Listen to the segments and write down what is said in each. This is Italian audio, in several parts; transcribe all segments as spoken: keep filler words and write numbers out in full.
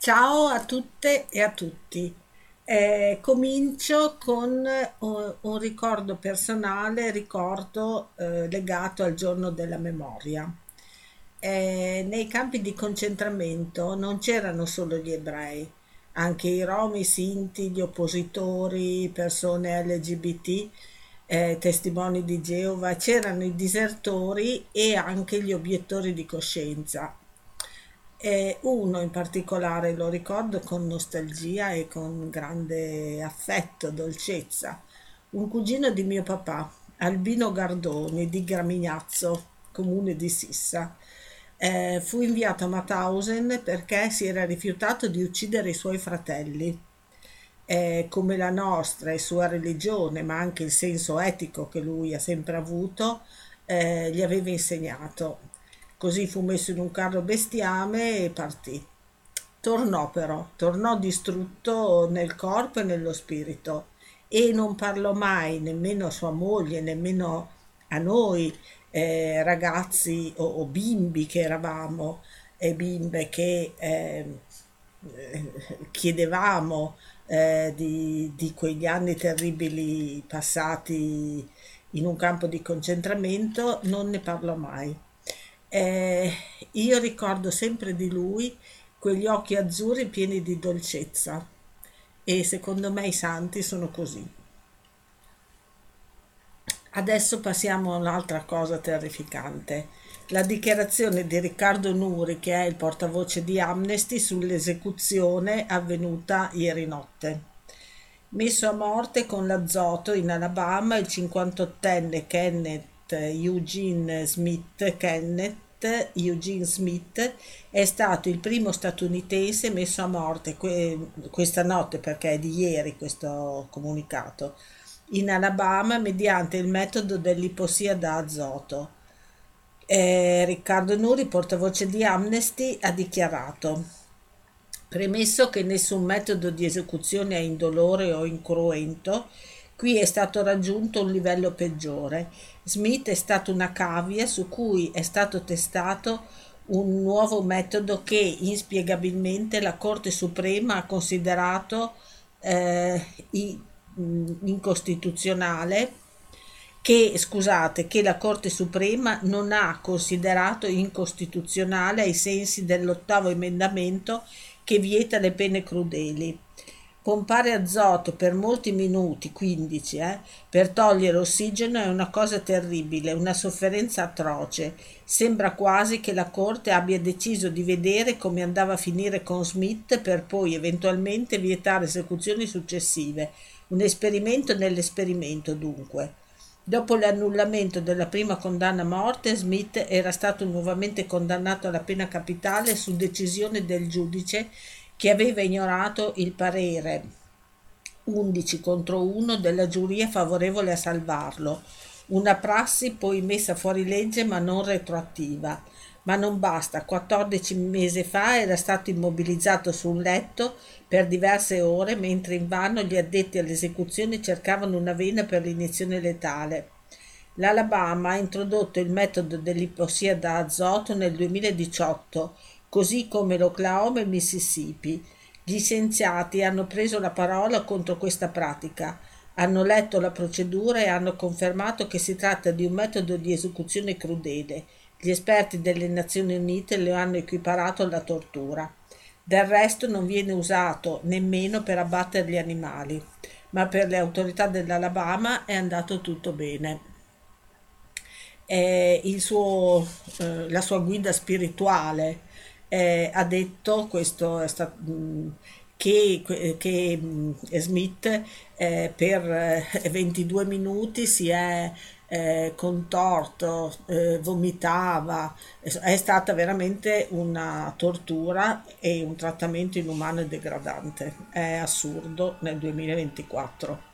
Ciao a tutte e a tutti. Eh, comincio con eh, un ricordo personale, ricordo eh, legato al giorno della memoria. Eh, nei campi di concentramento non c'erano solo gli ebrei, anche i rom, i sinti, gli oppositori, persone L G B T, eh, testimoni di Geova, c'erano i disertori e anche gli obiettori di coscienza. E uno in particolare lo ricordo con nostalgia e con grande affetto, dolcezza. Un cugino di mio papà, Albino Gardoni di Gramignazzo, comune di Sissa. Eh, fu inviato a Mauthausen perché si era rifiutato di uccidere i suoi fratelli. Eh, come la nostra e sua religione, ma anche il senso etico che lui ha sempre avuto, eh, gli aveva insegnato. Così fu messo in un carro bestiame e partì. Tornò però, tornò distrutto nel corpo e nello spirito e non parlò mai nemmeno a sua moglie, nemmeno a noi eh, ragazzi o, o bimbi che eravamo e bimbe che eh, eh, chiedevamo eh, di, di quegli anni terribili passati in un campo di concentramento, non ne parlò mai. Eh, io ricordo sempre di lui quegli occhi azzurri pieni di dolcezza e secondo me i santi sono così. Adesso passiamo a un'altra cosa terrificante. La dichiarazione di Riccardo Nuri, che è il portavoce di Amnesty, sull'esecuzione avvenuta ieri notte. Messo a morte con l'azoto in Alabama il cinquantottenne Kenneth Eugene Smith. Kenneth Eugene Smith è stato il primo statunitense messo a morte que- questa notte, perché è di ieri questo comunicato, in Alabama mediante il metodo dell'ipossia da azoto. Eh, Riccardo Nuri, portavoce di Amnesty, ha dichiarato: premesso che nessun metodo di esecuzione è indolore o incruento, qui è stato raggiunto un livello peggiore. Smith è stato una cavia su cui è stato testato un nuovo metodo che inspiegabilmente la Corte Suprema ha considerato eh, i- mh, incostituzionale, che, scusate, che la Corte Suprema non ha considerato incostituzionale ai sensi dell'ottavo emendamento che vieta le pene crudeli. Pompare azoto per molti minuti, quindici, eh, per togliere ossigeno è una cosa terribile, una sofferenza atroce. Sembra quasi che la Corte abbia deciso di vedere come andava a finire con Smith per poi eventualmente vietare esecuzioni successive. Un esperimento nell'esperimento, dunque. Dopo l'annullamento della prima condanna a morte, Smith era stato nuovamente condannato alla pena capitale su decisione del giudice che aveva ignorato il parere undici contro uno della giuria favorevole a salvarlo, una prassi poi messa fuori legge ma non retroattiva. Ma non basta, quattordici mesi fa era stato immobilizzato su un letto per diverse ore mentre invano gli addetti all'esecuzione cercavano una vena per l'iniezione letale. L'Alabama ha introdotto il metodo dell'ipossia da azoto nel duemiladiciotto, così come l'Oklahoma e il Mississippi. Gli scienziati hanno preso la parola contro questa pratica, hanno letto la procedura e hanno confermato che si tratta di un metodo di esecuzione crudele. Gli esperti delle Nazioni Unite lo hanno equiparato alla tortura. Del resto non viene usato nemmeno per abbattere gli animali, ma per le autorità dell'Alabama è andato tutto bene. Eh, il suo, eh, la sua guida spirituale eh, ha detto, questo è stato, mh, che, che mh, Smith eh, per eh, ventidue minuti si è eh, contorto, eh, vomitava, è stata veramente una tortura e un trattamento inumano e degradante. È assurdo nel duemilaventiquattro.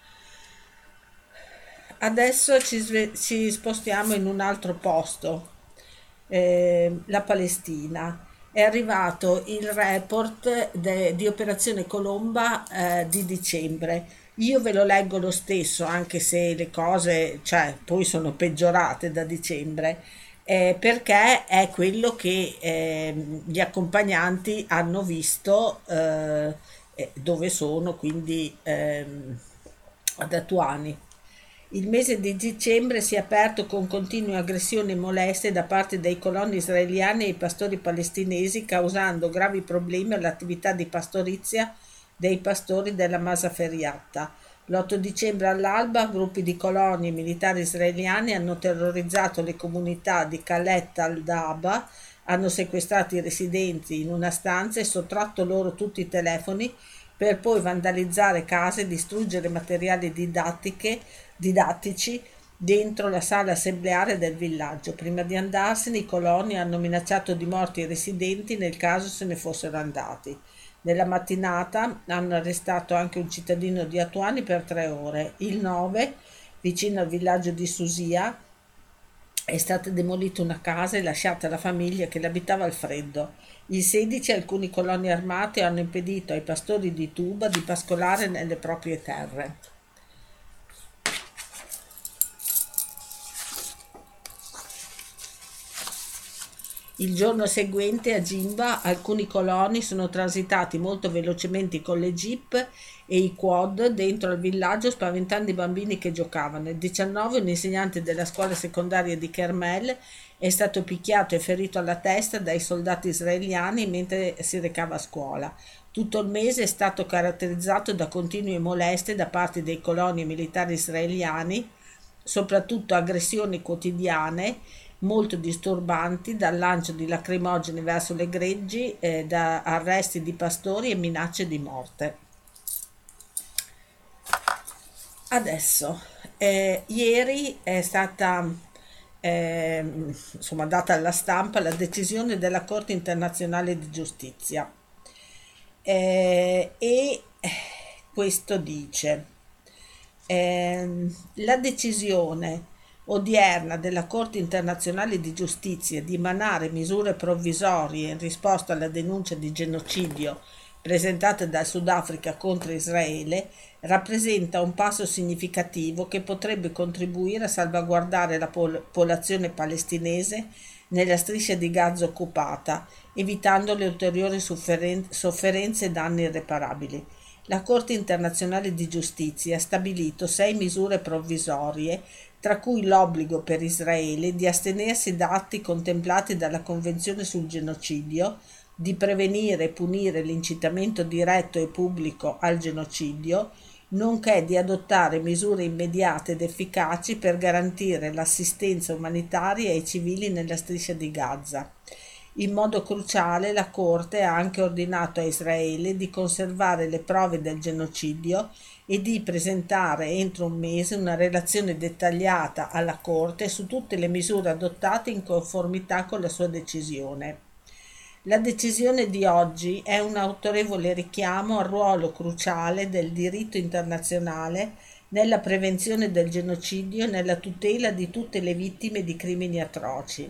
Adesso ci, sve- ci spostiamo in un altro posto, eh, la Palestina. È arrivato il report de- di Operazione Colomba eh, di dicembre. Io ve lo leggo lo stesso, anche se le cose, cioè, poi sono peggiorate da dicembre. eh, perché è quello che ehm, gli accompagnanti hanno visto eh, eh, dove sono, quindi ehm, ad Atuani. Il mese di dicembre si è aperto con continue aggressioni e molestie da parte dei coloni israeliani ai pastori palestinesi, causando gravi problemi all'attività di pastorizia dei pastori della Masa Feriatta. L'otto dicembre all'alba gruppi di coloni e militari israeliani hanno terrorizzato le comunità di Khalet al-Daba, hanno sequestrato i residenti in una stanza e sottratto loro tutti i telefoni per poi vandalizzare case e distruggere materiali didattiche, didattici dentro la sala assembleare del villaggio. Prima di andarsene, i coloni hanno minacciato di morte i residenti nel caso se ne fossero andati. Nella mattinata hanno arrestato anche un cittadino di Atuani per tre ore. Il nove, vicino al villaggio di Susia, è stata demolita una casa e lasciata la famiglia che l'abitava al freddo. Il sedici alcuni coloni armati hanno impedito ai pastori di Tuba di pascolare nelle proprie terre. Il giorno seguente a Gimba alcuni coloni sono transitati molto velocemente con le jeep e i quad dentro al villaggio spaventando i bambini che giocavano. Il diciannove un insegnante della scuola secondaria di Kermel è stato picchiato e ferito alla testa dai soldati israeliani mentre si recava a scuola. Tutto il mese è stato caratterizzato da continue molestie da parte dei coloni militari israeliani, soprattutto aggressioni quotidiane molto disturbanti, dal lancio di lacrimogeni verso le greggi, eh, da arresti di pastori e minacce di morte. Adesso, eh, ieri è stata eh, insomma, data alla stampa la decisione della Corte internazionale di giustizia. Eh, e questo dice ehm, la decisione odierna della Corte internazionale di giustizia di emanare misure provvisorie in risposta alla denuncia di genocidio presentata dal Sudafrica contro Israele rappresenta un passo significativo che potrebbe contribuire a salvaguardare la pol- popolazione palestinese nella striscia di Gaza occupata, evitando le ulteriori sofferen- sofferenze e danni irreparabili. La Corte internazionale di giustizia ha stabilito sei misure provvisorie, tra cui l'obbligo per Israele di astenersi da atti contemplati dalla Convenzione sul genocidio, di prevenire e punire l'incitamento diretto e pubblico al genocidio, nonché di adottare misure immediate ed efficaci per garantire l'assistenza umanitaria ai civili nella striscia di Gaza. In modo cruciale la Corte ha anche ordinato a Israele di conservare le prove del genocidio e di presentare entro un mese una relazione dettagliata alla Corte su tutte le misure adottate in conformità con la sua decisione. La decisione di oggi è un autorevole richiamo al ruolo cruciale del diritto internazionale nella prevenzione del genocidio e nella tutela di tutte le vittime di crimini atroci.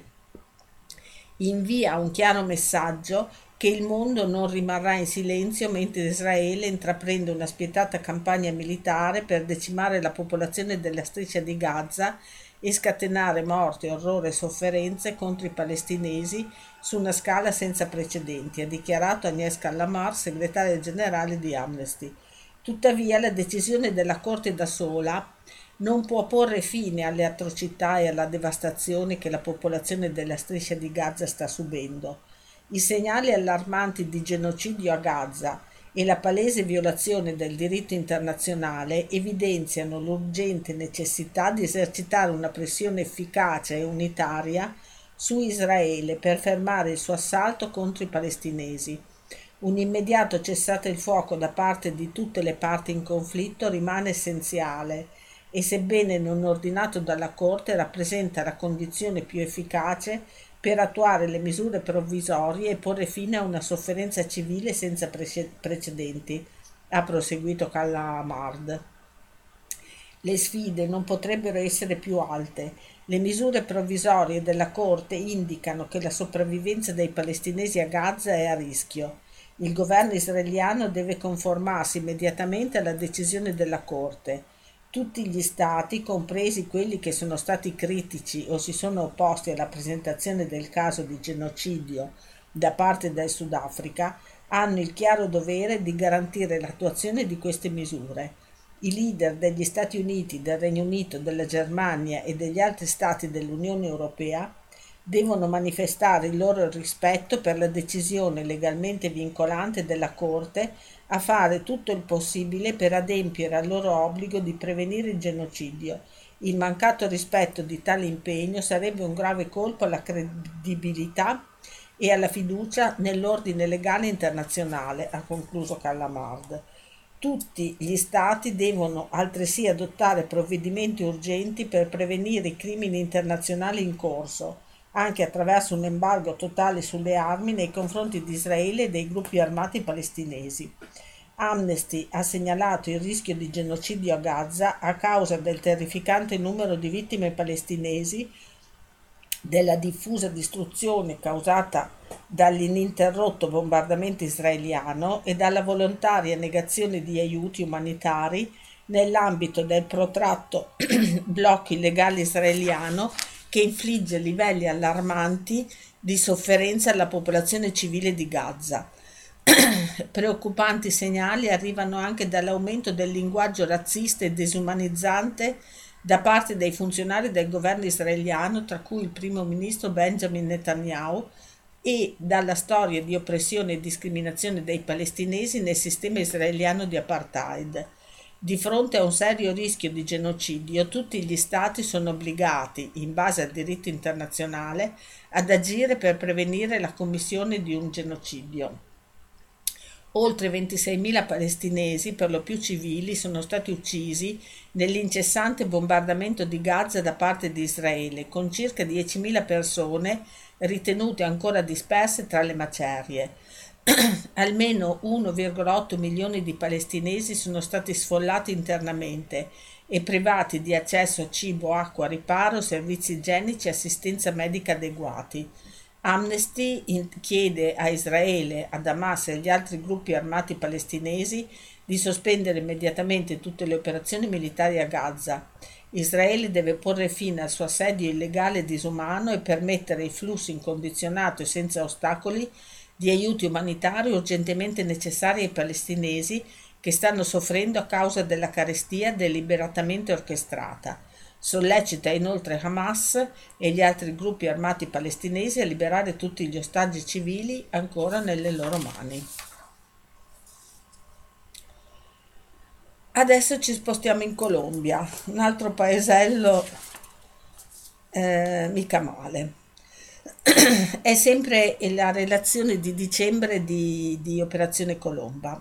Invia un chiaro messaggio che il mondo non rimarrà in silenzio mentre Israele intraprende una spietata campagna militare per decimare la popolazione della striscia di Gaza e scatenare morte, orrore e sofferenze contro i palestinesi su una scala senza precedenti, ha dichiarato Agnès Callamard, segretaria generale di Amnesty. Tuttavia la decisione della Corte da sola non può porre fine alle atrocità e alla devastazione che la popolazione della striscia di Gaza sta subendo. I segnali allarmanti di genocidio a Gaza e la palese violazione del diritto internazionale evidenziano l'urgente necessità di esercitare una pressione efficace e unitaria su Israele per fermare il suo assalto contro i palestinesi. Un immediato cessate il fuoco da parte di tutte le parti in conflitto rimane essenziale e, sebbene non ordinato dalla Corte, rappresenta la condizione più efficace per attuare le misure provvisorie e porre fine a una sofferenza civile senza precedenti, ha proseguito Callamard. Le sfide non potrebbero essere più alte. Le misure provvisorie della Corte indicano che la sopravvivenza dei palestinesi a Gaza è a rischio. Il governo israeliano deve conformarsi immediatamente alla decisione della Corte. Tutti gli stati, compresi quelli che sono stati critici o si sono opposti alla presentazione del caso di genocidio da parte del Sudafrica, hanno il chiaro dovere di garantire l'attuazione di queste misure. I leader degli Stati Uniti, del Regno Unito, della Germania e degli altri stati dell'Unione Europea devono manifestare il loro rispetto per la decisione legalmente vincolante della Corte a fare tutto il possibile per adempiere al loro obbligo di prevenire il genocidio. Il mancato rispetto di tale impegno sarebbe un grave colpo alla credibilità e alla fiducia nell'ordine legale internazionale, ha concluso Callamard. Tutti gli Stati devono altresì adottare provvedimenti urgenti per prevenire i crimini internazionali in corso, anche attraverso un embargo totale sulle armi nei confronti di Israele e dei gruppi armati palestinesi. Amnesty ha segnalato il rischio di genocidio a Gaza a causa del terrificante numero di vittime palestinesi, della diffusa distruzione causata dall'ininterrotto bombardamento israeliano e dalla volontaria negazione di aiuti umanitari nell'ambito del protratto blocco illegale israeliano che infligge livelli allarmanti di sofferenza alla popolazione civile di Gaza. Preoccupanti segnali arrivano anche dall'aumento del linguaggio razzista e disumanizzante da parte dei funzionari del governo israeliano, tra cui il primo ministro Benjamin Netanyahu, e dalla storia di oppressione e discriminazione dei palestinesi nel sistema israeliano di apartheid. Di fronte a un serio rischio di genocidio, tutti gli Stati sono obbligati, in base al diritto internazionale, ad agire per prevenire la commissione di un genocidio. Oltre ventiseimila palestinesi, per lo più civili, sono stati uccisi nell'incessante bombardamento di Gaza da parte di Israele, con circa diecimila persone ritenute ancora disperse tra le macerie. Almeno uno virgola otto milioni di palestinesi sono stati sfollati internamente e privati di accesso a cibo, acqua, riparo, servizi igienici e assistenza medica adeguati. Amnesty chiede a Israele, a Hamas e agli altri gruppi armati palestinesi di sospendere immediatamente tutte le operazioni militari a Gaza. Israele deve porre fine al suo assedio illegale e disumano e permettere il flusso incondizionato e senza ostacoli di aiuti umanitari urgentemente necessari ai palestinesi che stanno soffrendo a causa della carestia deliberatamente orchestrata. Sollecita inoltre Hamas e gli altri gruppi armati palestinesi a liberare tutti gli ostaggi civili ancora nelle loro mani. Adesso ci spostiamo in Colombia, un altro paesello eh, mica male. È sempre la relazione di dicembre di, di Operazione Colomba.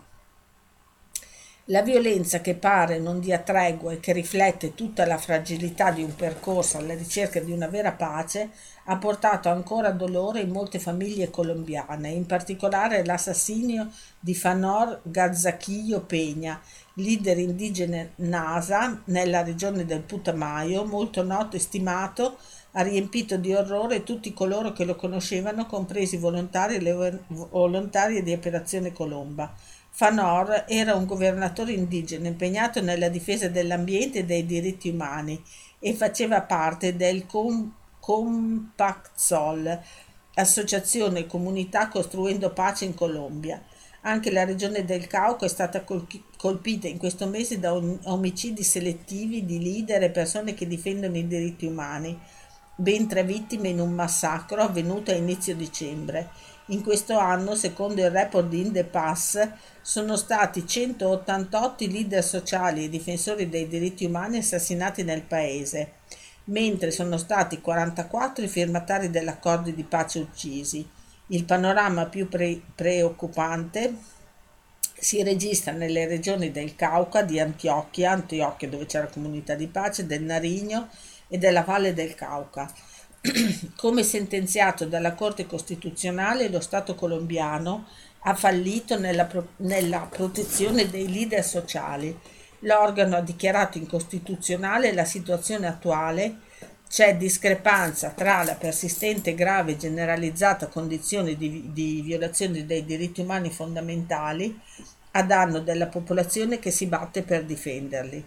La violenza che pare non dia tregua e che riflette tutta la fragilità di un percorso alla ricerca di una vera pace ha portato ancora dolore in molte famiglie colombiane, in particolare l'assassinio di Fanor Gazzaquillo Peña, leader indigene Nasa nella regione del Putumayo, molto noto e stimato, ha riempito di orrore tutti coloro che lo conoscevano, compresi volontari e le volontarie di Operazione Colomba. Fanor era un governatore indigeno impegnato nella difesa dell'ambiente e dei diritti umani e faceva parte del Com- Compact Sol, associazione e comunità costruendo pace in Colombia. Anche la regione del Cauca è stata col- colpita in questo mese da om- omicidi selettivi di leader e persone che difendono i diritti umani. Ben tre vittime in un massacro avvenuto a inizio dicembre. In questo anno, secondo il report di Indepass, sono stati centottantotto i leader sociali e difensori dei diritti umani assassinati nel paese, mentre sono stati quarantaquattro i firmatari dell'accordo di pace uccisi. Il panorama più pre- preoccupante si registra nelle regioni del Cauca, di Antioquia, Antioquia dove c'è la comunità di pace, del Nariño e della Valle del Cauca. Come sentenziato dalla Corte Costituzionale, lo Stato colombiano ha fallito nella, pro- nella protezione dei leader sociali. L'organo ha dichiarato incostituzionale la situazione attuale. C'è discrepanza tra la persistente e grave generalizzata condizione di, di violazione dei diritti umani fondamentali a danno della popolazione che si batte per difenderli.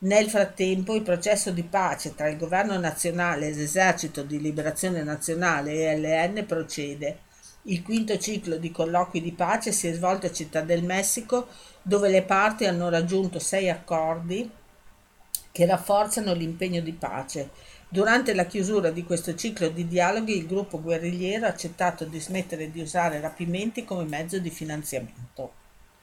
Nel frattempo, il processo di pace tra il governo nazionale e l'esercito di liberazione nazionale E L N procede. Il quinto ciclo di colloqui di pace si è svolto a Città del Messico, dove le parti hanno raggiunto sei accordi che rafforzano l'impegno di pace. Durante la chiusura di questo ciclo di dialoghi, il gruppo guerrigliero ha accettato di smettere di usare rapimenti come mezzo di finanziamento.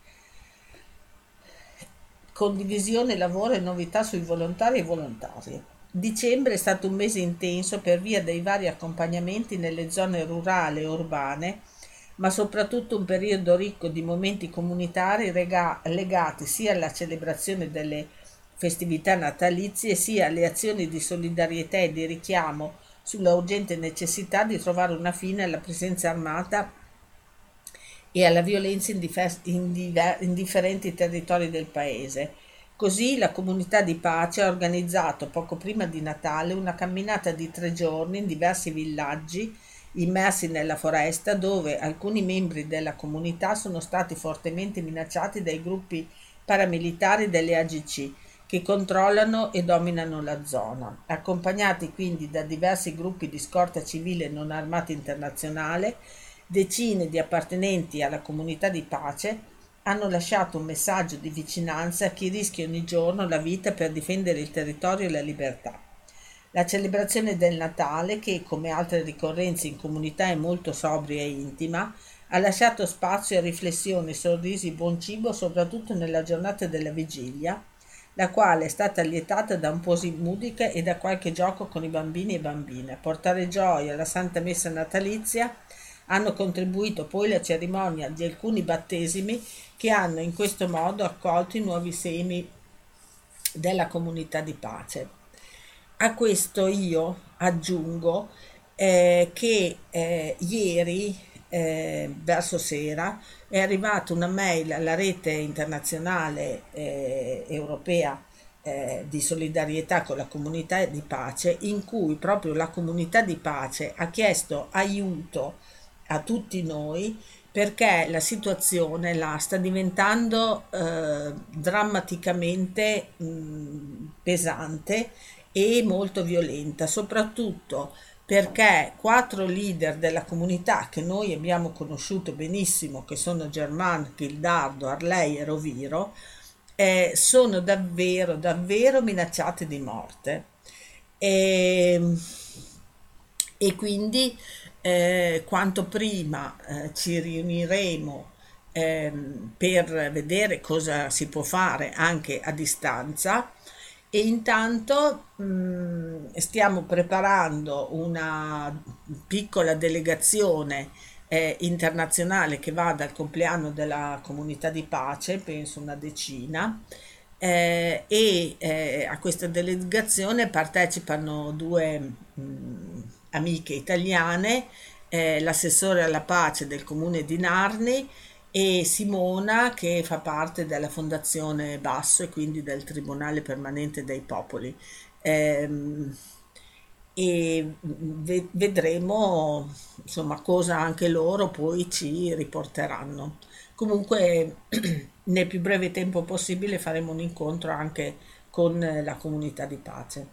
Condivisione, lavoro e novità sui volontari e volontarie. Dicembre è stato un mese intenso per via dei vari accompagnamenti nelle zone rurali e urbane, ma soprattutto un periodo ricco di momenti comunitari rega- legati sia alla celebrazione delle festività natalizie sia alle azioni di solidarietà e di richiamo sulla urgente necessità di trovare una fine alla presenza armata e alla violenza in, difer- in diver- in differenti territori del paese. Così la comunità di pace ha organizzato poco prima di Natale una camminata di tre giorni in diversi villaggi immersi nella foresta dove alcuni membri della comunità sono stati fortemente minacciati dai gruppi paramilitari delle A G C che controllano e dominano la zona, accompagnati quindi da diversi gruppi di scorta civile non armata internazionale. Decine di appartenenti alla comunità di pace hanno lasciato un messaggio di vicinanza a chi rischia ogni giorno la vita per difendere il territorio e la libertà. La celebrazione del Natale, che come altre ricorrenze in comunità è molto sobria e intima, ha lasciato spazio a riflessioni, sorrisi, buon cibo, soprattutto nella giornata della vigilia, la quale è stata allietata da un po' di musica e da qualche gioco con i bambini e bambine. A portare gioia alla Santa Messa natalizia hanno contribuito poi la cerimonia di alcuni battesimi che hanno in questo modo accolto i nuovi semi della comunità di pace. A questo io aggiungo eh, che eh, ieri, eh, verso sera, è arrivata una mail alla rete internazionale eh, europea eh, di solidarietà con la comunità di pace, in cui proprio la comunità di pace ha chiesto aiuto a tutti noi perché la situazione là sta diventando eh, drammaticamente mh, pesante e molto violenta, soprattutto perché quattro leader della comunità che noi abbiamo conosciuto benissimo, che sono German, Gildardo, Arlei e Roviro, eh, sono davvero, davvero minacciati di morte. E, e quindi eh, quanto prima eh, ci riuniremo ehm, per vedere cosa si può fare anche a distanza e intanto mh, stiamo preparando una piccola delegazione eh, internazionale che vada al compleanno della comunità di pace, penso una decina, eh, e eh, a questa delegazione partecipano due mh, amiche italiane, eh, l'assessore alla pace del comune di Narni e Simona che fa parte della Fondazione Basso e quindi del Tribunale Permanente dei Popoli. Ehm, e ve- vedremo insomma cosa anche loro poi ci riporteranno. Comunque nel più breve tempo possibile faremo un incontro anche con eh, la comunità di pace.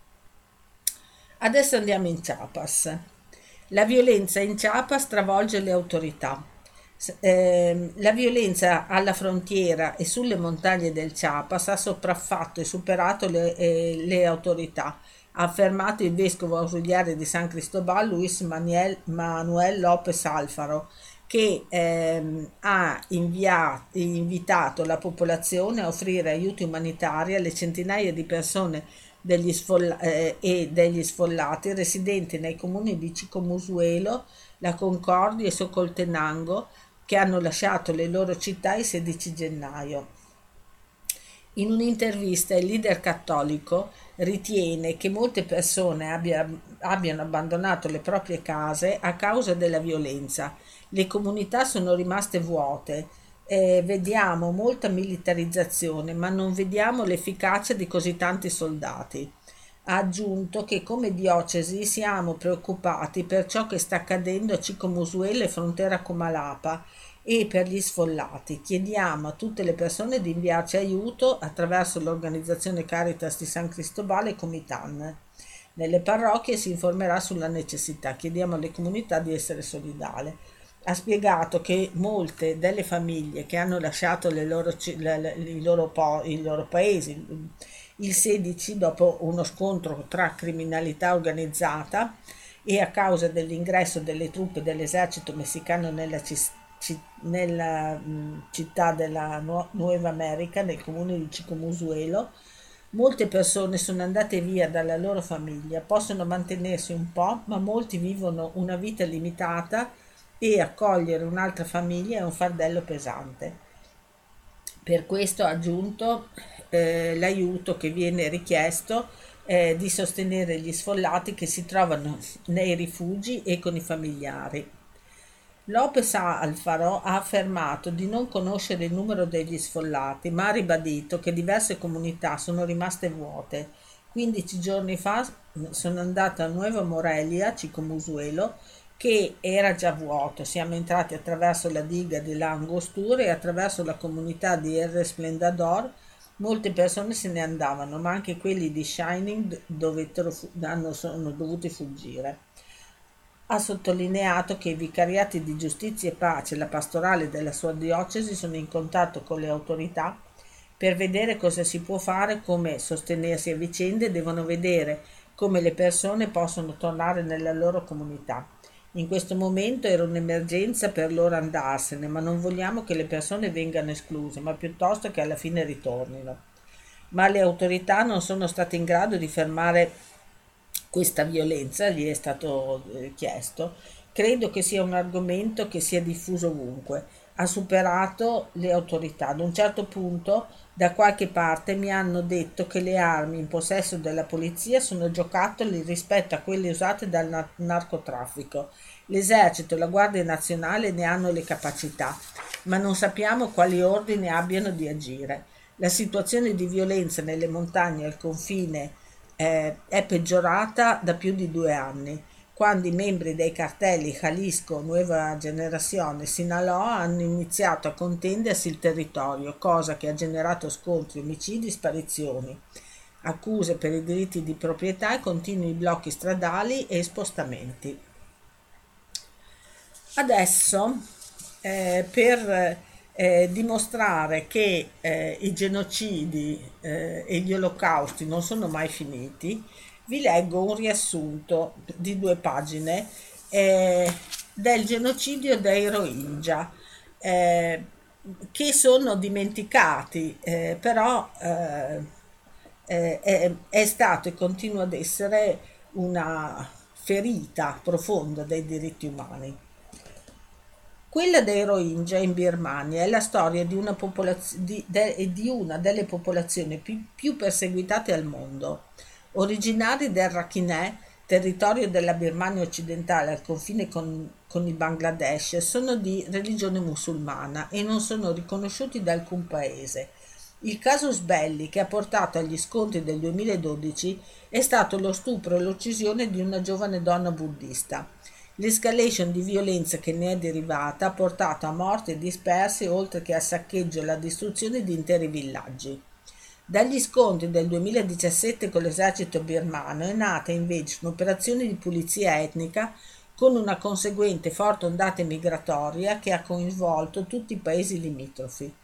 Adesso andiamo in Chiapas. La violenza in Chiapas stravolge le autorità. S- ehm, la violenza alla frontiera e sulle montagne del Chiapas ha sopraffatto e superato le, eh, le autorità, ha affermato il vescovo ausiliare di San Cristobal, Luis Manuel, Manuel López Alfaro, che ehm, ha invia- invitato la popolazione a offrire aiuti umanitari alle centinaia di persone degli sfolla- eh, e degli sfollati residenti nei comuni di Chicomusuelo, La Concordia e Socoltenango, che hanno lasciato le loro città il sedici gennaio. In un'intervista il leader cattolico ritiene che molte persone abbia- abbiano abbandonato le proprie case a causa della violenza. Le comunità sono rimaste vuote. Eh, vediamo molta militarizzazione, ma non vediamo l'efficacia di così tanti soldati. Ha aggiunto che come diocesi siamo preoccupati per ciò che sta accadendo a Chicomusuelo e frontiera con Malapa E per gli sfollati chiediamo a tutte le persone di inviarci aiuto attraverso l'organizzazione Caritas di San Cristobale e Comitan. Nelle parrocchie si informerà sulla necessità. Chiediamo alle comunità di essere solidali. Ha spiegato che molte delle famiglie che hanno lasciato le loro, le, le, i, loro po, i loro paesi il sedici dopo uno scontro tra criminalità organizzata e a causa dell'ingresso delle truppe dell'esercito messicano nella, nella mh, città della Nu- Nueva America, nel comune di Chicomuzuelo, molte persone sono andate via dalla loro famiglia, possono mantenersi un po', ma molti vivono una vita limitata e accogliere un'altra famiglia è un fardello pesante. Per questo ha aggiunto eh, l'aiuto che viene richiesto eh, di sostenere gli sfollati che si trovano nei rifugi e con i familiari. Lopez Alfaro ha affermato di non conoscere il numero degli sfollati, ma ha ribadito che diverse comunità sono rimaste vuote. quindici giorni fa sono andata a Nueva Morelia, Chicomuzuelo, che era già vuoto. Siamo entrati attraverso la diga di La Angostura e attraverso la comunità di El Resplendador. Molte persone se ne andavano, ma anche quelli di Shining dovettero, hanno, sono dovuti fuggire. Ha sottolineato che i vicariati di giustizia e pace e la pastorale della sua diocesi sono in contatto con le autorità per vedere cosa si può fare, come sostenersi a vicenda e devono vedere come le persone possono tornare nella loro comunità. In questo momento era un'emergenza per loro andarsene, ma non vogliamo che le persone vengano escluse, ma piuttosto che alla fine ritornino. Ma le autorità non sono state in grado di fermare questa violenza, gli è stato eh, chiesto. Credo che sia un argomento che sia diffuso ovunque. Ha superato le autorità. Ad un certo punto, da qualche parte mi hanno detto che le armi in possesso della polizia sono giocattoli rispetto a quelle usate dal na- narcotraffico. L'esercito e la Guardia Nazionale ne hanno le capacità, ma non sappiamo quali ordini abbiano di agire. La situazione di violenza nelle montagne al confine eh, è peggiorata da più di due anni, quando i membri dei cartelli Jalisco Nueva Generazione e Sinaloa hanno iniziato a contendersi il territorio, cosa che ha generato scontri, omicidi, sparizioni, accuse per i diritti di proprietà e continui blocchi stradali e spostamenti. Adesso, eh, per eh, dimostrare che eh, i genocidi eh, e gli olocausti non sono mai finiti, vi leggo un riassunto di due pagine eh, del genocidio dei Rohingya, eh, che sono dimenticati, eh, però eh, eh, è, è stato e continua ad essere una ferita profonda dei diritti umani. Quella dei Rohingya in Birmania è la storia di una, popolaz- di, de- di una delle popolazioni più, più perseguitate al mondo. Originari del Rakhine, territorio della Birmania occidentale al confine con, con il Bangladesh, sono di religione musulmana e non sono riconosciuti da alcun paese. Il casus belli che ha portato agli scontri del duemiladodici è stato lo stupro e l'uccisione di una giovane donna buddista. L'escalation di violenza che ne è derivata ha portato a morti e dispersi, oltre che al saccheggio e alla distruzione di interi villaggi. Dagli scontri del duemiladiciassette con l'esercito birmano è nata invece un'operazione di pulizia etnica con una conseguente forte ondata migratoria che ha coinvolto tutti i paesi limitrofi.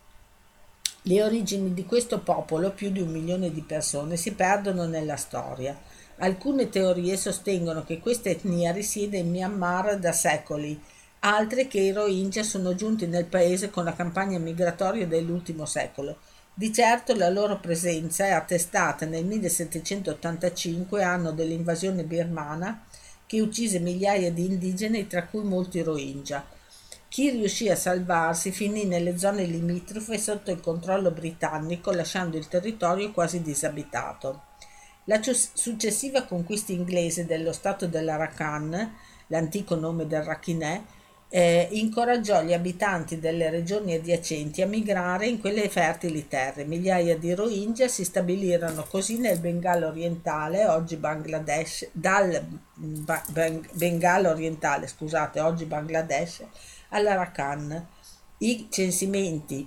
Le origini di questo popolo, più di un milione di persone, si perdono nella storia. Alcune teorie sostengono che questa etnia risiede in Myanmar da secoli, altre che i Rohingya sono giunti nel paese con la campagna migratoria dell'ultimo secolo. Di certo la loro presenza è attestata nel millesettecentottantacinque, anno dell'invasione birmana, che uccise migliaia di indigeni, tra cui molti Rohingya. Chi riuscì a salvarsi finì nelle zone limitrofe sotto il controllo britannico, lasciando il territorio quasi disabitato. La successiva conquista inglese dello stato dell'Arakan, l'antico nome del Rakhine, eh, incoraggiò gli abitanti delle regioni adiacenti a migrare in quelle fertili terre. Migliaia di Rohingya si stabilirono così nel Bengala orientale, oggi Bangladesh, dal Bengala orientale, scusate, oggi Bangladesh, all'Arakan. I censimenti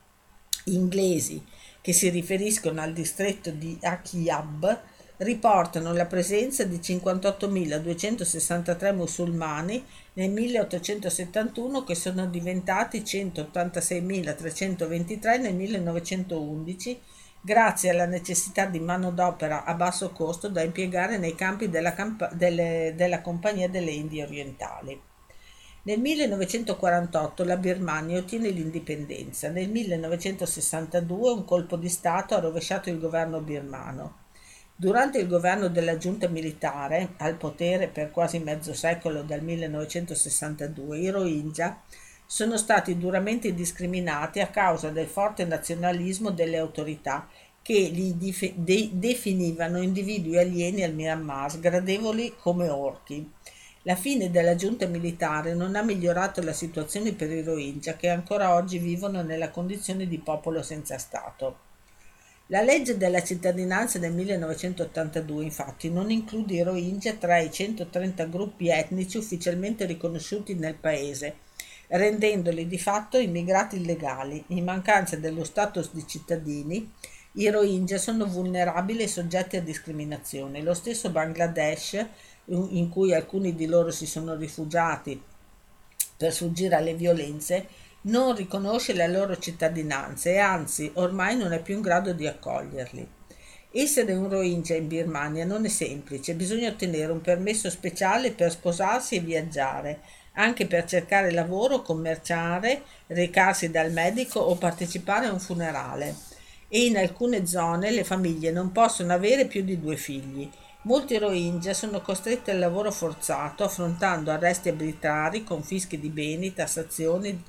inglesi che si riferiscono al distretto di Akyab riportano la presenza di cinquantottomiladuecentosessantatré musulmani nel milleottocentosettantuno, che sono diventati centottantaseimilatrecentoventitré nel millenovecentoundici, grazie alla necessità di manodopera a basso costo da impiegare nei campi della, camp- delle- della Compagnia delle Indie Orientali. Nel millenovecentoquarantotto la Birmania ottiene l'indipendenza. Nel millenovecentosessantadue un colpo di Stato ha rovesciato il governo birmano. Durante il governo della giunta militare, al potere per quasi mezzo secolo dal millenovecentosessantadue, i Rohingya sono stati duramente discriminati a causa del forte nazionalismo delle autorità che li dif- de- definivano individui alieni al Myanmar, sgradevoli come orchi. La fine della giunta militare non ha migliorato la situazione per i Rohingya, che ancora oggi vivono nella condizione di popolo senza Stato. La legge della cittadinanza del millenovecentottantadue, infatti, non include i Rohingya tra i centotrenta gruppi etnici ufficialmente riconosciuti nel paese, rendendoli di fatto immigrati illegali. In mancanza dello status di cittadini, i Rohingya sono vulnerabili e soggetti a discriminazione. Lo stesso Bangladesh, in cui alcuni di loro si sono rifugiati per sfuggire alle violenze, non riconosce la loro cittadinanza e anzi ormai non è più in grado di accoglierli. Essere un Rohingya in Birmania non è semplice, bisogna ottenere un permesso speciale per sposarsi e viaggiare, anche per cercare lavoro, commerciare, recarsi dal medico o partecipare a un funerale. E in alcune zone le famiglie non possono avere più di due figli. Molti Rohingya sono costretti al lavoro forzato, affrontando arresti arbitrari, confische di beni, tassazioni,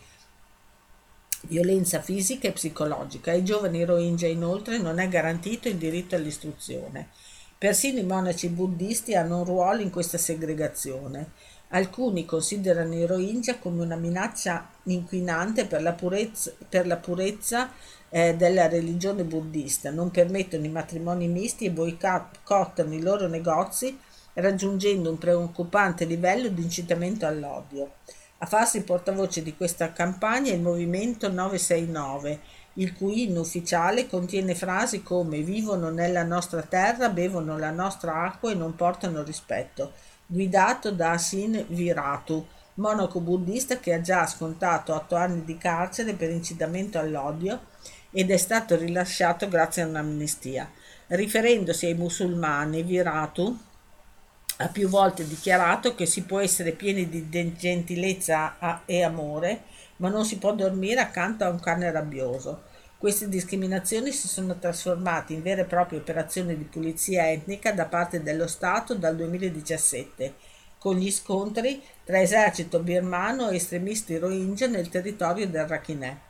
violenza fisica e psicologica. Ai giovani Rohingya inoltre non è garantito il diritto all'istruzione. Persino i monaci buddisti hanno un ruolo in questa segregazione. Alcuni considerano i Rohingya come una minaccia inquinante per la purezza, per la purezza eh, della religione buddista, non permettono i matrimoni misti e boicottano i loro negozi, raggiungendo un preoccupante livello di incitamento all'odio. A farsi portavoce di questa campagna è il movimento nove sei nove, il cui inno ufficiale contiene frasi come «Vivono nella nostra terra, bevono la nostra acqua e non portano rispetto», guidato da Asin Viratu, monaco buddista che ha già scontato otto anni di carcere per incitamento all'odio ed è stato rilasciato grazie a un'amnistia. Riferendosi ai musulmani, Viratu ha più volte dichiarato che si può essere pieni di gentilezza e amore, ma non si può dormire accanto a un cane rabbioso. Queste discriminazioni si sono trasformate in vere e proprie operazioni di pulizia etnica da parte dello Stato dal duemiladiciassette, con gli scontri tra esercito birmano e estremisti Rohingya nel territorio del Rakhine.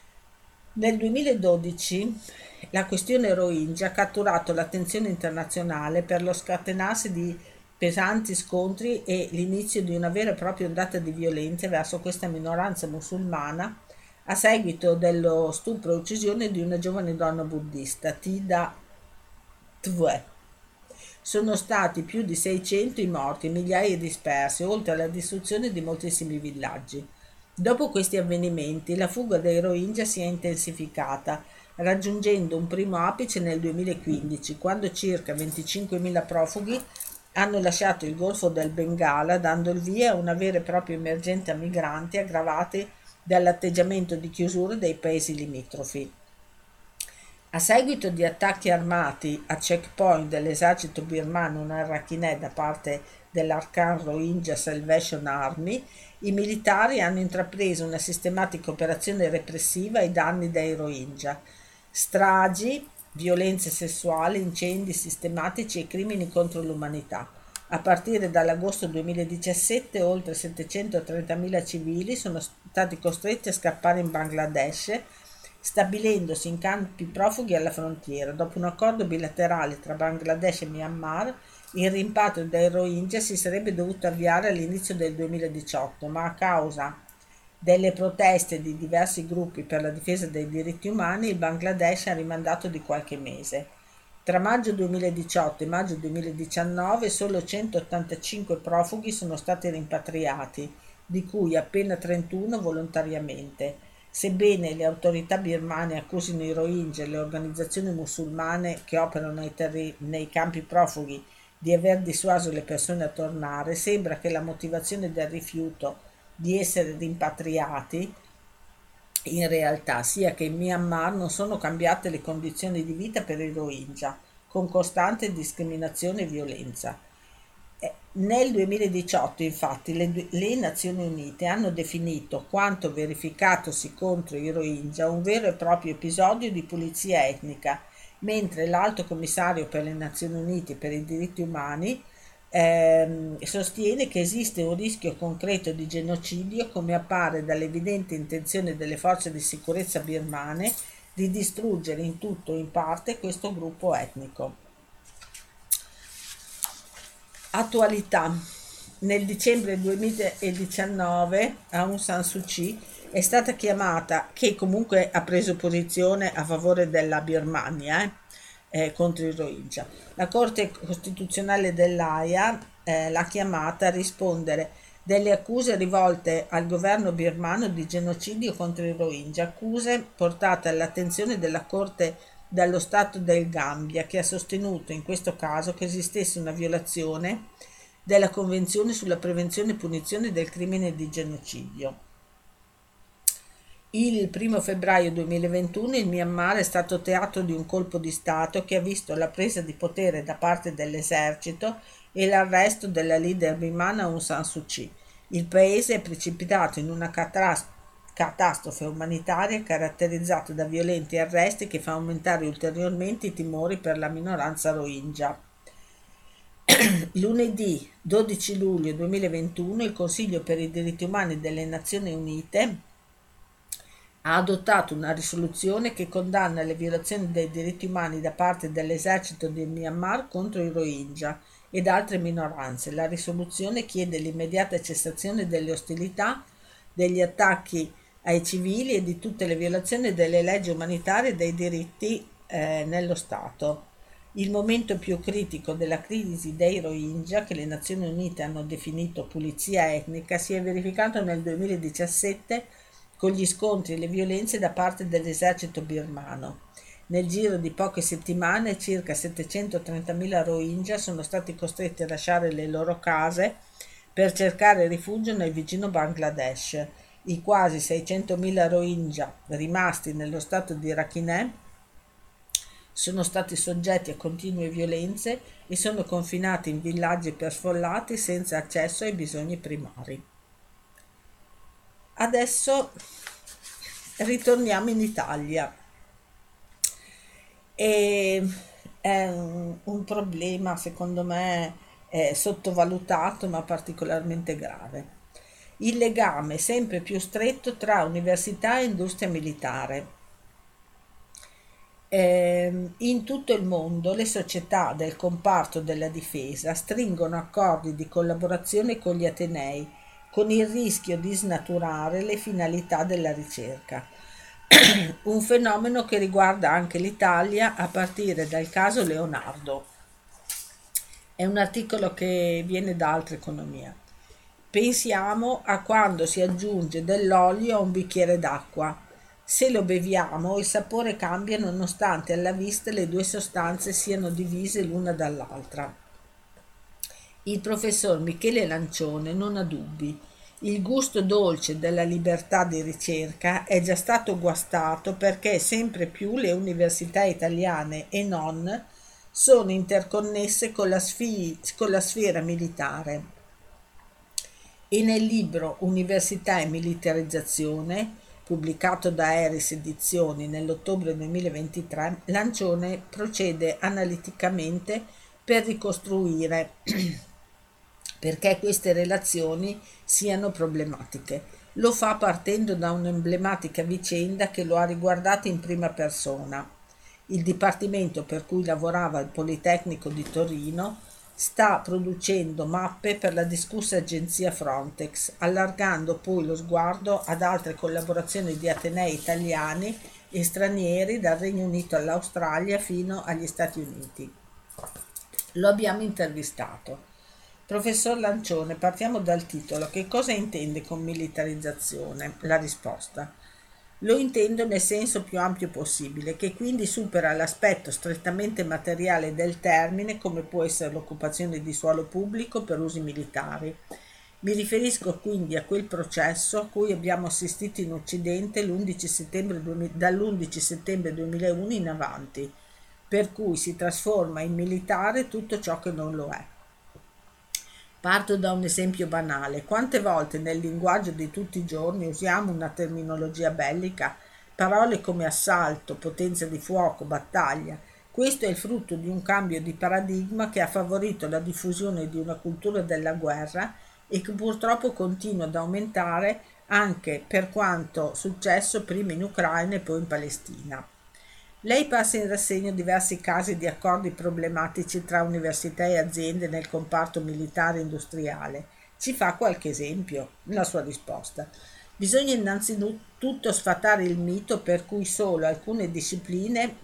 Nel duemiladodici la questione Rohingya ha catturato l'attenzione internazionale per lo scatenarsi di pesanti scontri e l'inizio di una vera e propria ondata di violenze verso questa minoranza musulmana a seguito dello stupro e uccisione di una giovane donna buddista, Tida Twe. Sono stati più di seicento i morti, migliaia i dispersi, oltre alla distruzione di moltissimi villaggi. Dopo questi avvenimenti, la fuga dei Rohingya si è intensificata, raggiungendo un primo apice nel duemilaquindici, quando circa venticinquemila profughi hanno lasciato il Golfo del Bengala, dando il via a una vera e propria emergenza migranti aggravati dall'atteggiamento di chiusura dei paesi limitrofi. A seguito di attacchi armati a checkpoint dell'esercito birmano nel Rakhine da parte dell'Arkan Rohingya Salvation Army, i militari hanno intrapreso una sistematica operazione repressiva ai danni dei Rohingya. Stragi, violenze sessuali, incendi sistematici e crimini contro l'umanità. A partire dall'agosto duemiladiciassette oltre settecentotrentamila civili sono stati costretti a scappare in Bangladesh, stabilendosi in campi profughi alla frontiera. Dopo un accordo bilaterale tra Bangladesh e Myanmar, il rimpatrio dei Rohingya si sarebbe dovuto avviare all'inizio del duemiladiciotto, ma a causa delle proteste di diversi gruppi per la difesa dei diritti umani, il Bangladesh ha rimandato di qualche mese. Tra maggio duemiladiciotto e maggio duemiladiciannove solo centottantacinque profughi sono stati rimpatriati, di cui appena trentuno volontariamente. Sebbene le autorità birmane accusino i Rohingya e le organizzazioni musulmane che operano nei, terri- nei campi profughi di aver dissuaso le persone a tornare, sembra che la motivazione del rifiuto di essere rimpatriati in realtà sia che in Myanmar non sono cambiate le condizioni di vita per i Rohingya, con costante discriminazione e violenza. Eh, Nel duemiladiciotto, infatti, le, due- le Nazioni Unite hanno definito quanto verificatosi contro i Rohingya un vero e proprio episodio di pulizia etnica, mentre l'Alto Commissario per le Nazioni Unite per i diritti umani ehm, sostiene che esiste un rischio concreto di genocidio, come appare dall'evidente intenzione delle forze di sicurezza birmane di distruggere in tutto o in parte questo gruppo etnico. Attualità. Nel dicembre duemiladiciannove Aung San Suu Kyi è stata chiamata, che comunque ha preso posizione a favore della Birmania, eh, eh, contro i Rohingya. La Corte Costituzionale dell'Aia eh, l'ha chiamata a rispondere delle accuse rivolte al governo birmano di genocidio contro i Rohingya, accuse portate all'attenzione della Corte dallo Stato del Gambia, che ha sostenuto in questo caso che esistesse una violazione della Convenzione sulla prevenzione e punizione del crimine di genocidio. Il primo febbraio duemilaventuno il Myanmar è stato teatro di un colpo di Stato che ha visto la presa di potere da parte dell'esercito e l'arresto della leader birmana Aung San Suu Kyi. Il paese è precipitato in una catras- catastrofe umanitaria caratterizzata da violenti arresti che fa aumentare ulteriormente i timori per la minoranza Rohingya. Lunedì dodici luglio duemilaventuno il Consiglio per i diritti umani delle Nazioni Unite ha adottato una risoluzione che condanna le violazioni dei diritti umani da parte dell'esercito di Myanmar contro i Rohingya ed altre minoranze. La risoluzione chiede l'immediata cessazione delle ostilità, degli attacchi ai civili e di tutte le violazioni delle leggi umanitarie e dei diritti eh, nello Stato. Il momento più critico della crisi dei Rohingya, che le Nazioni Unite hanno definito pulizia etnica, si è verificato nel duemiladiciassette con gli scontri e le violenze da parte dell'esercito birmano. Nel giro di poche settimane circa settecentotrentamila Rohingya sono stati costretti a lasciare le loro case per cercare rifugio nel vicino Bangladesh. I quasi seicentomila Rohingya rimasti nello stato di Rakhine sono stati soggetti a continue violenze e sono confinati in villaggi per sfollati senza accesso ai bisogni primari. Adesso ritorniamo in Italia. E è un, un problema, secondo me, eh, sottovalutato ma particolarmente grave. Il legame sempre più stretto tra università e industria militare. Ehm, in tutto il mondo le società del comparto della difesa stringono accordi di collaborazione con gli atenei, con il rischio di snaturare le finalità della ricerca. Un fenomeno che riguarda anche l'Italia a partire dal caso Leonardo. È un articolo che viene da Altra Economia. Pensiamo a quando si aggiunge dell'olio a un bicchiere d'acqua. Se lo beviamo, il sapore cambia nonostante alla vista le due sostanze siano divise l'una dall'altra. Il professor Michele Lancione non ha dubbi. Il gusto dolce della libertà di ricerca è già stato guastato perché sempre più le università italiane e non sono interconnesse con la, sfi- con la sfera militare. E nel libro Università e militarizzazione, pubblicato da Eris Edizioni nell'ottobre duemilaventitré, Lancione procede analiticamente per ricostruire perché queste relazioni siano problematiche. Lo fa partendo da un'emblematica vicenda che lo ha riguardato in prima persona. Il dipartimento per cui lavorava al Politecnico di Torino sta producendo mappe per la discussa agenzia Frontex, allargando poi lo sguardo ad altre collaborazioni di atenei italiani e stranieri dal Regno Unito all'Australia fino agli Stati Uniti. Lo abbiamo intervistato. Professor Lancione, partiamo dal titolo. Che cosa intende con militarizzazione? La risposta. Lo intendo nel senso più ampio possibile, che quindi supera l'aspetto strettamente materiale del termine, come può essere l'occupazione di suolo pubblico per usi militari. Mi riferisco quindi a quel processo a cui abbiamo assistito in Occidente l'undici settembre duemila dall'undici settembre duemilauno in avanti, per cui si trasforma in militare tutto ciò che non lo è. Parto da un esempio banale. Quante volte nel linguaggio di tutti i giorni usiamo una terminologia bellica, parole come assalto, potenza di fuoco, battaglia? Questo è il frutto di un cambio di paradigma che ha favorito la diffusione di una cultura della guerra e che purtroppo continua ad aumentare anche per quanto successo prima in Ucraina e poi in Palestina. Lei passa in rassegna diversi casi di accordi problematici tra università e aziende nel comparto militare e industriale. Ci fa qualche esempio? La sua risposta. Bisogna innanzitutto sfatare il mito per cui solo alcune discipline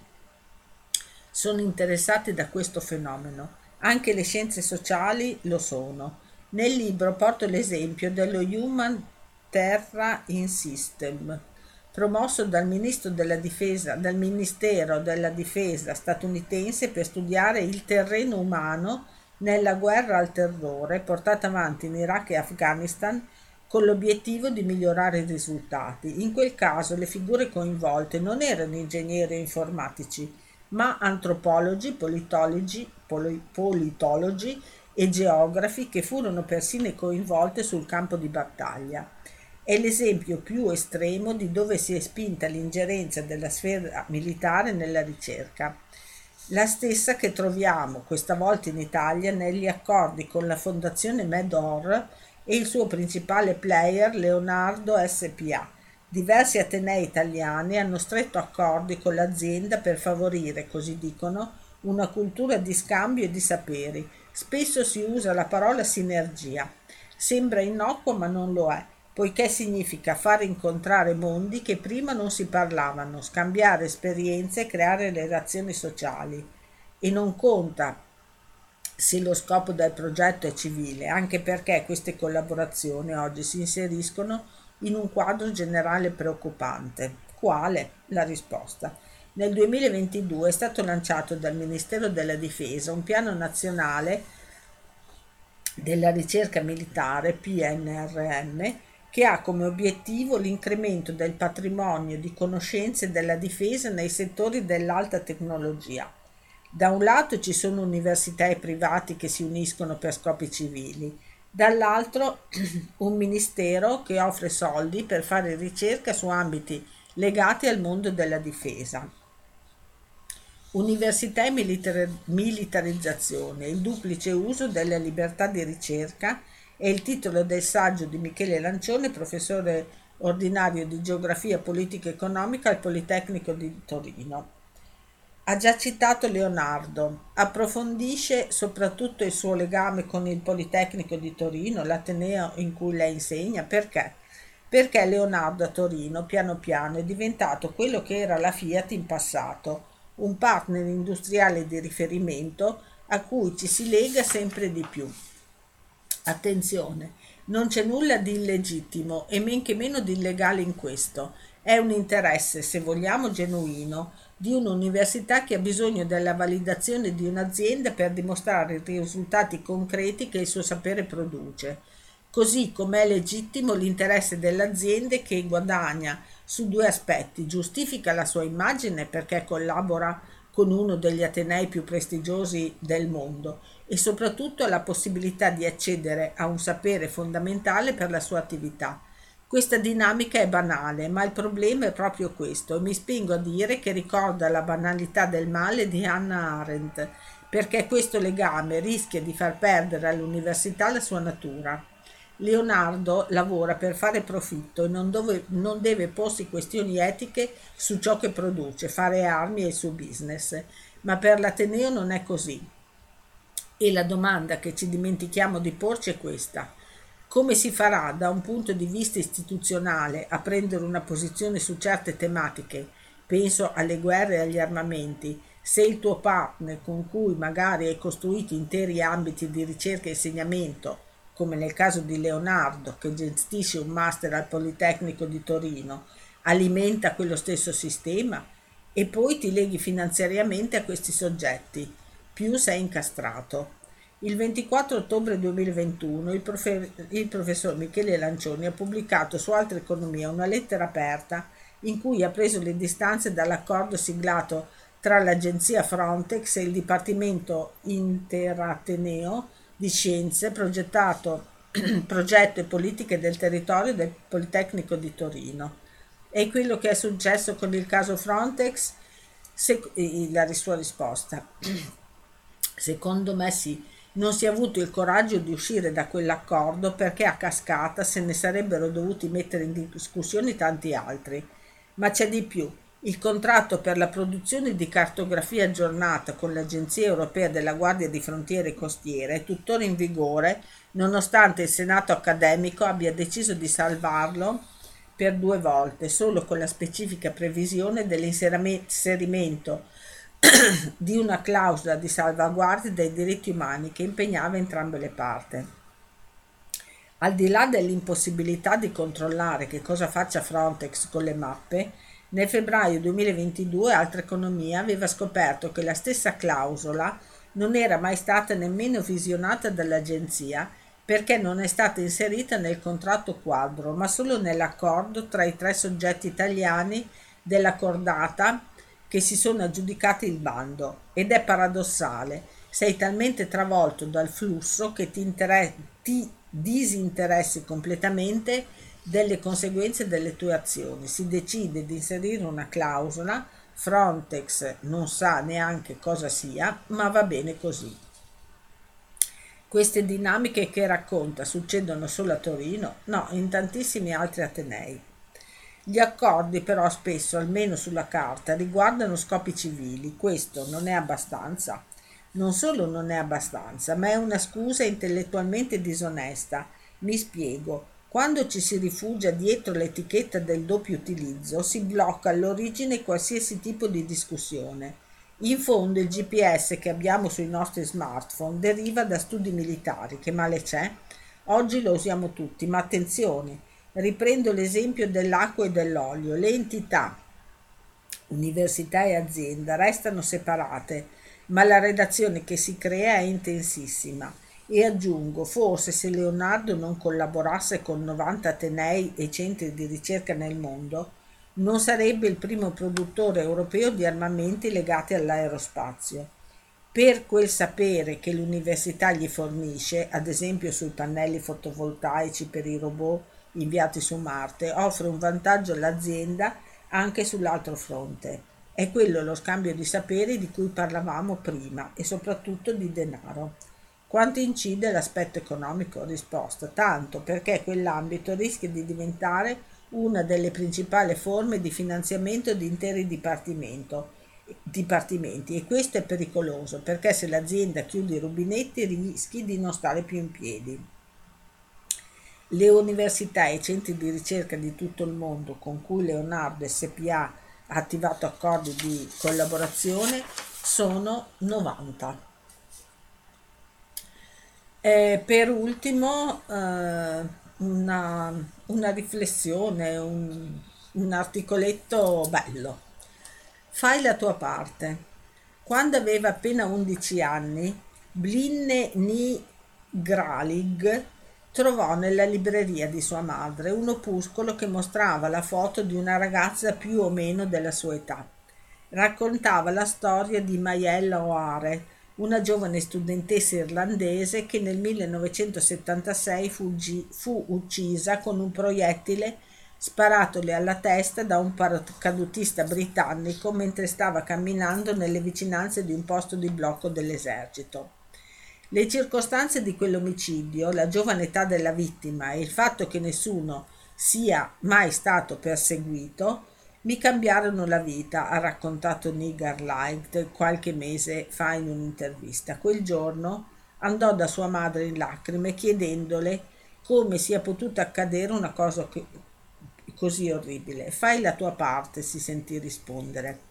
sono interessate da questo fenomeno. Anche le scienze sociali lo sono. Nel libro porto l'esempio dello Human Terra in System, promosso dal Ministro della Difesa, dal Ministero della Difesa statunitense per studiare il terreno umano nella guerra al terrore portata avanti in Iraq e Afghanistan con l'obiettivo di migliorare i risultati. In quel caso le figure coinvolte non erano ingegneri o informatici, ma antropologi, politologi, poli- politologi e geografi che furono persino coinvolte sul campo di battaglia. È l'esempio più estremo di dove si è spinta l'ingerenza della sfera militare nella ricerca, la stessa che troviamo questa volta in Italia negli accordi con la Fondazione Medor e il suo principale player Leonardo S p A. Diversi atenei italiani hanno stretto accordi con l'azienda per favorire, così dicono, una cultura di scambio e di saperi. Spesso si usa la parola sinergia. Sembra innocuo ma non lo è, poiché significa far incontrare mondi che prima non si parlavano, scambiare esperienze e creare relazioni sociali. E non conta se lo scopo del progetto è civile, anche perché queste collaborazioni oggi si inseriscono in un quadro generale preoccupante. Quale? La risposta. Nel duemilaventidue è stato lanciato dal Ministero della Difesa un piano nazionale della ricerca militare P N R M che ha come obiettivo l'incremento del patrimonio di conoscenze della difesa nei settori dell'alta tecnologia. Da un lato ci sono università e privati che si uniscono per scopi civili, dall'altro un ministero che offre soldi per fare ricerca su ambiti legati al mondo della difesa. Università e militar- militarizzazione, il duplice uso della libertà di ricerca è il titolo del saggio di Michele Lancione, professore ordinario di geografia politica e economica al Politecnico di Torino. Ha già citato Leonardo, approfondisce soprattutto il suo legame con il Politecnico di Torino, l'ateneo in cui lei insegna, perché? Perché Leonardo a Torino piano piano è diventato quello che era la Fiat in passato, un partner industriale di riferimento a cui ci si lega sempre di più. Attenzione, non c'è nulla di illegittimo e men che meno di illegale in questo. È un interesse, se vogliamo, genuino di un'università che ha bisogno della validazione di un'azienda per dimostrare i risultati concreti che il suo sapere produce. Così come è legittimo l'interesse dell'azienda che guadagna su due aspetti: giustifica la sua immagine perché collabora con uno degli atenei più prestigiosi del mondo e soprattutto ha la possibilità di accedere a un sapere fondamentale per la sua attività. Questa dinamica è banale, ma il problema è proprio questo e mi spingo a dire che ricorda la banalità del male di Hannah Arendt, perché questo legame rischia di far perdere all'università la sua natura. Leonardo lavora per fare profitto e non, dove, non deve porsi questioni etiche su ciò che produce, fare armi è il suo business, ma per l'Ateneo non è così. E la domanda che ci dimentichiamo di porci è questa: come si farà da un punto di vista istituzionale a prendere una posizione su certe tematiche, penso alle guerre e agli armamenti, Se il tuo partner con cui magari hai costruito interi ambiti di ricerca e insegnamento, come nel caso di Leonardo che gestisce un master al Politecnico di Torino, alimenta quello stesso sistema e poi ti leghi finanziariamente a questi soggetti, più sei incastrato. Il ventiquattro ottobre duemilaventuno il, profe- il professor Michele Lancioni ha pubblicato su Altra Economia una lettera aperta in cui ha preso le distanze dall'accordo siglato tra l'agenzia Frontex e il Dipartimento Interateneo di Scienze, progettato, progetto e politiche del territorio del Politecnico di Torino. E quello che è successo con il caso Frontex? Se- la sua risposta. Secondo me sì, non si è avuto il coraggio di uscire da quell'accordo perché a cascata se ne sarebbero dovuti mettere in discussione tanti altri. Ma c'è di più. Il contratto per la produzione di cartografia aggiornata con l'Agenzia Europea della Guardia di Frontiere e Costiere è tuttora in vigore, nonostante il Senato accademico abbia deciso di salvarlo per due volte, solo con la specifica previsione dell'inserimento di una clausola di salvaguardia dei diritti umani che impegnava entrambe le parti. Al di là dell'impossibilità di controllare che cosa faccia Frontex con le mappe, nel febbraio duemilaventidue Altra Economia aveva scoperto che la stessa clausola non era mai stata nemmeno visionata dall'agenzia perché non è stata inserita nel contratto quadro, ma solo nell'accordo tra i tre soggetti italiani della cordata che si sono aggiudicati il bando. Ed è paradossale, sei talmente travolto dal flusso che ti, inter- ti disinteressi completamente delle conseguenze delle tue azioni. Si decide di inserire una clausola, Frontex non sa neanche cosa sia, ma va bene così. Queste dinamiche che racconta succedono solo a Torino? No, in tantissimi altri atenei. Gli accordi però spesso, almeno sulla carta, riguardano scopi civili. Questo non è abbastanza. Non solo non è abbastanza, ma è una scusa intellettualmente disonesta. Mi spiego. Quando ci si rifugia dietro l'etichetta del doppio utilizzo, si blocca all'origine qualsiasi tipo di discussione. In fondo il G P S che abbiamo sui nostri smartphone deriva da studi militari, che male c'è? Oggi lo usiamo tutti, ma attenzione, riprendo l'esempio dell'acqua e dell'olio. Le entità, università e azienda, restano separate, ma la redazione che si crea è intensissima. E aggiungo, forse se Leonardo non collaborasse con novanta atenei e centri di ricerca nel mondo, non sarebbe il primo produttore europeo di armamenti legati all'aerospazio. Per quel sapere che l'università gli fornisce, ad esempio sui pannelli fotovoltaici per i robot inviati su Marte, offre un vantaggio all'azienda anche sull'altro fronte. È quello lo scambio di saperi di cui parlavamo prima e soprattutto di denaro. Quanto incide l'aspetto economico? Risposta: tanto, perché quell'ambito rischia di diventare una delle principali forme di finanziamento di interi dipartimento, dipartimenti e questo è pericoloso perché se l'azienda chiude i rubinetti rischi di non stare più in piedi. Le università e i centri di ricerca di tutto il mondo con cui Leonardo S P A ha attivato accordi di collaborazione sono novanta. E per ultimo eh, una, una riflessione, un, un articoletto bello. Fai la tua parte. Quando aveva appena undici anni, Blinne Ni Gralig trovò nella libreria di sua madre un opuscolo che mostrava la foto di una ragazza più o meno della sua età. Raccontava la storia di Mayella O'Hare, una giovane studentessa irlandese che nel millenovecentosettantasei fu, fu uccisa con un proiettile sparatole alla testa da un paracadutista britannico mentre stava camminando nelle vicinanze di un posto di blocco dell'esercito. Le circostanze di quell'omicidio, la giovane età della vittima e il fatto che nessuno sia mai stato perseguito mi cambiarono la vita, ha raccontato Nigar Light qualche mese fa in un'intervista. Quel giorno andò da sua madre in lacrime chiedendole come sia potuta accadere una cosa che, così orribile. Fai la tua parte, si sentì rispondere.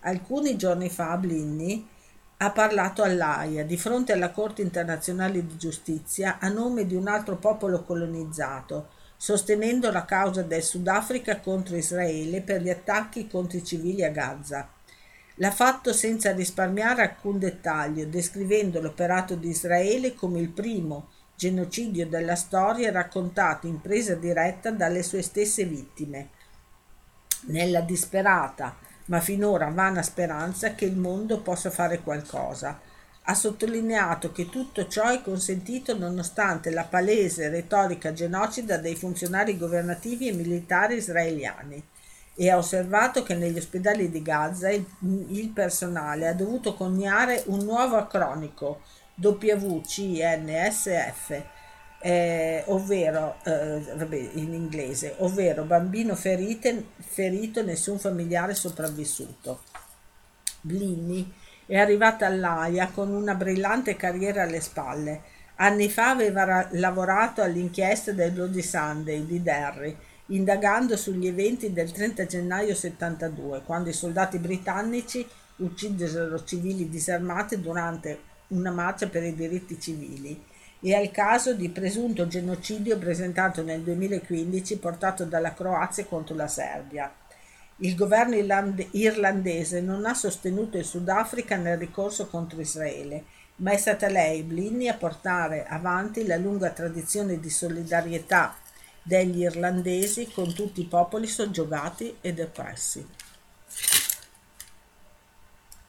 Alcuni giorni fa Blinny ha parlato all'Aia di fronte alla Corte internazionale di giustizia a nome di un altro popolo colonizzato, sostenendo la causa del Sudafrica contro Israele per gli attacchi contro i civili a Gaza. L'ha fatto senza risparmiare alcun dettaglio, descrivendo l'operato di Israele come il primo genocidio della storia raccontato in presa diretta dalle sue stesse vittime, nella disperata ma finora vana speranza che il mondo possa fare qualcosa. Ha sottolineato che tutto ciò è consentito nonostante la palese retorica genocida dei funzionari governativi e militari israeliani e ha osservato che negli ospedali di Gaza il, il personale ha dovuto coniare un nuovo acronico W C N S F, eh, ovvero, eh, vabbè, in inglese, ovvero bambino ferite, ferito, nessun familiare sopravvissuto. Blinny è arrivata all'Aia con una brillante carriera alle spalle. Anni fa aveva ra- lavorato all'inchiesta del Bloody Sunday di Derry, indagando sugli eventi del trenta gennaio settantadue, quando i soldati britannici uccisero civili disarmati durante una marcia per i diritti civili, e al caso di presunto genocidio presentato nel duemilaquindici portato dalla Croazia contro la Serbia. Il governo irland- irlandese non ha sostenuto il Sudafrica nel ricorso contro Israele, ma è stata lei, Blinny, a portare avanti la lunga tradizione di solidarietà degli irlandesi con tutti i popoli soggiogati ed oppressi.